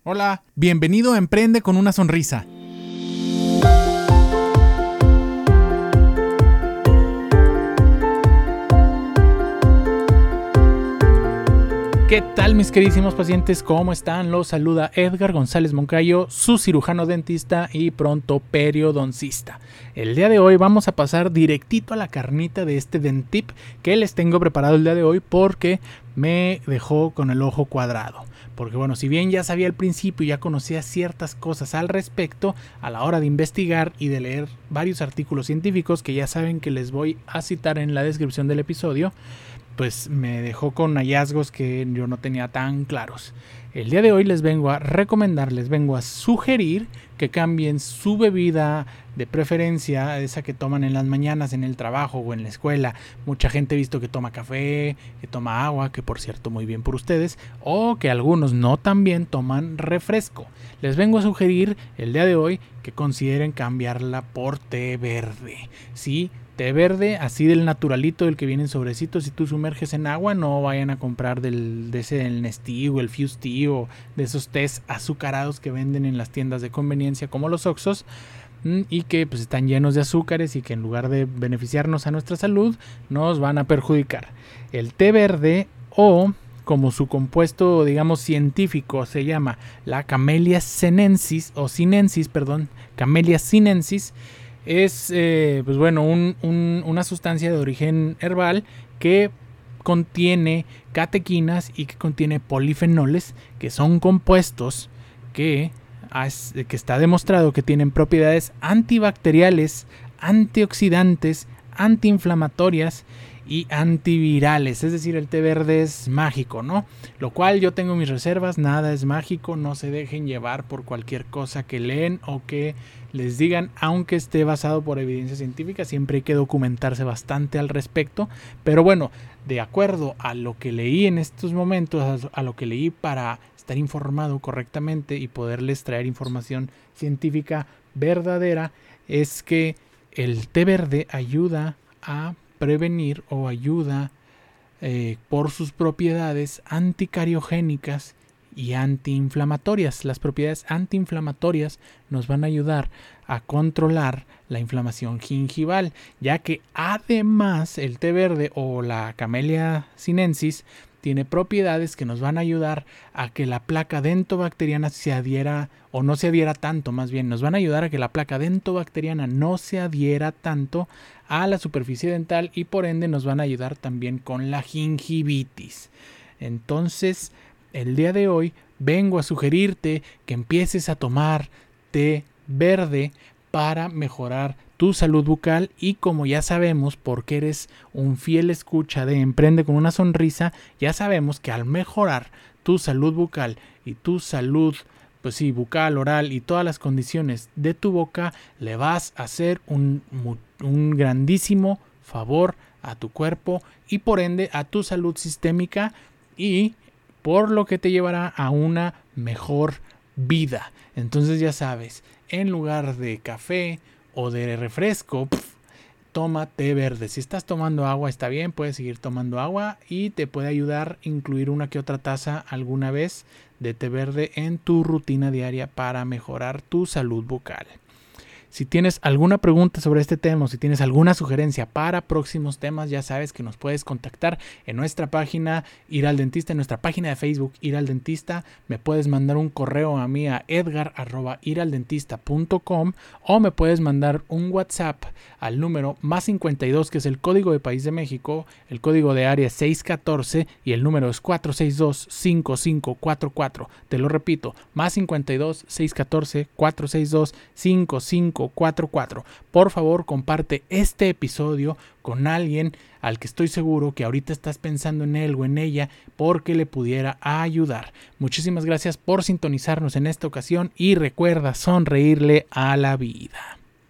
Hola, bienvenido a Emprende con una sonrisa. ¿Qué tal, mis queridísimos pacientes? ¿Cómo están? Los saluda Edgar González Moncayo, su cirujano dentista y pronto periodoncista. El día de hoy vamos a pasar directito a la carnita de este dentip que les tengo preparado el día de hoy porque me dejó con el ojo cuadrado. Porque bueno, si bien ya sabía al principio y ya conocía ciertas cosas al respecto, a la hora de investigar y de leer varios artículos científicos que ya saben que les voy a citar en la descripción del episodio, pues me dejó con hallazgos que yo no tenía tan claros. El día de hoy les vengo a recomendar, les vengo a sugerir que cambien su bebida de preferencia, esa que toman en las mañanas en el trabajo o en la escuela. Mucha gente he visto que toma café, que toma agua, que por cierto muy bien por ustedes, o que algunos no tan bien toman refresco. Les vengo a sugerir el día de hoy que consideren cambiarla por té verde. ¿Sí? Té verde, así del naturalito, del que viene en sobrecitos. Si tú sumerges en agua, no vayan a comprar del Nestí o el Fuse Tea o de esos tés azucarados que venden en las tiendas de conveniencia como los Oxxos y que pues están llenos de azúcares y que en lugar de beneficiarnos a nuestra salud nos van a perjudicar. El té verde, o como su compuesto digamos científico se llama la Camellia sinensis, Camellia sinensis, es pues bueno, una sustancia de origen herbal que contiene catequinas y que contiene polifenoles, que son compuestos que está demostrado que tienen propiedades antibacteriales, antioxidantes, antiinflamatorias y antivirales. Es decir, el té verde es mágico, ¿no? Lo cual yo tengo mis reservas, nada es mágico, no se dejen llevar por cualquier cosa que leen o que les digan, aunque esté basado por evidencia científica, siempre hay que documentarse bastante al respecto. Pero bueno, de acuerdo a lo que leí en estos momentos, a lo que leí para estar informado correctamente y poderles traer información científica verdadera, es que el té verde ayuda a prevenir o ayuda por sus propiedades anticariogénicas y antiinflamatorias. Las propiedades antiinflamatorias nos van a ayudar a controlar la inflamación gingival, ya que además el té verde o la Camellia sinensis tiene propiedades que nos van a ayudar a que la placa dentobacteriana se adhiera, o no se adhiera tanto, más bien nos van a ayudar a que la placa dentobacteriana no se adhiera tanto a la superficie dental y por ende nos van a ayudar también con la gingivitis. Entonces, el día de hoy vengo a sugerirte que empieces a tomar té verde para mejorar tu salud bucal, y como ya sabemos, porque eres un fiel escucha de Emprende con una sonrisa, ya sabemos que al mejorar tu salud bucal y tu salud, pues sí, bucal, oral y todas las condiciones de tu boca, le vas a hacer un grandísimo favor a tu cuerpo y por ende a tu salud sistémica, y por lo que te llevará a una mejor vida. Entonces ya sabes, en lugar de café o de refresco, toma té verde. Si estás tomando agua está bien, puedes seguir tomando agua y te puede ayudar a incluir una que otra taza alguna vez de té verde en tu rutina diaria para mejorar tu salud bucal. Si tienes alguna pregunta sobre este tema o si tienes alguna sugerencia para próximos temas, ya sabes que nos puedes contactar en nuestra página Ir al Dentista, en nuestra página de Facebook Ir al Dentista. Me puedes mandar un correo a mí a edgar@iraldentista.com o me puedes mandar un WhatsApp al número +52, que es el código de país de México, el código de área 614 y el número es 462-5544. Te lo repito, +52 614 462 5544. Por favor, comparte este episodio con alguien al que estoy seguro que ahorita estás pensando en él o en ella porque le pudiera ayudar. Muchísimas gracias por sintonizarnos en esta ocasión y recuerda sonreírle a la vida.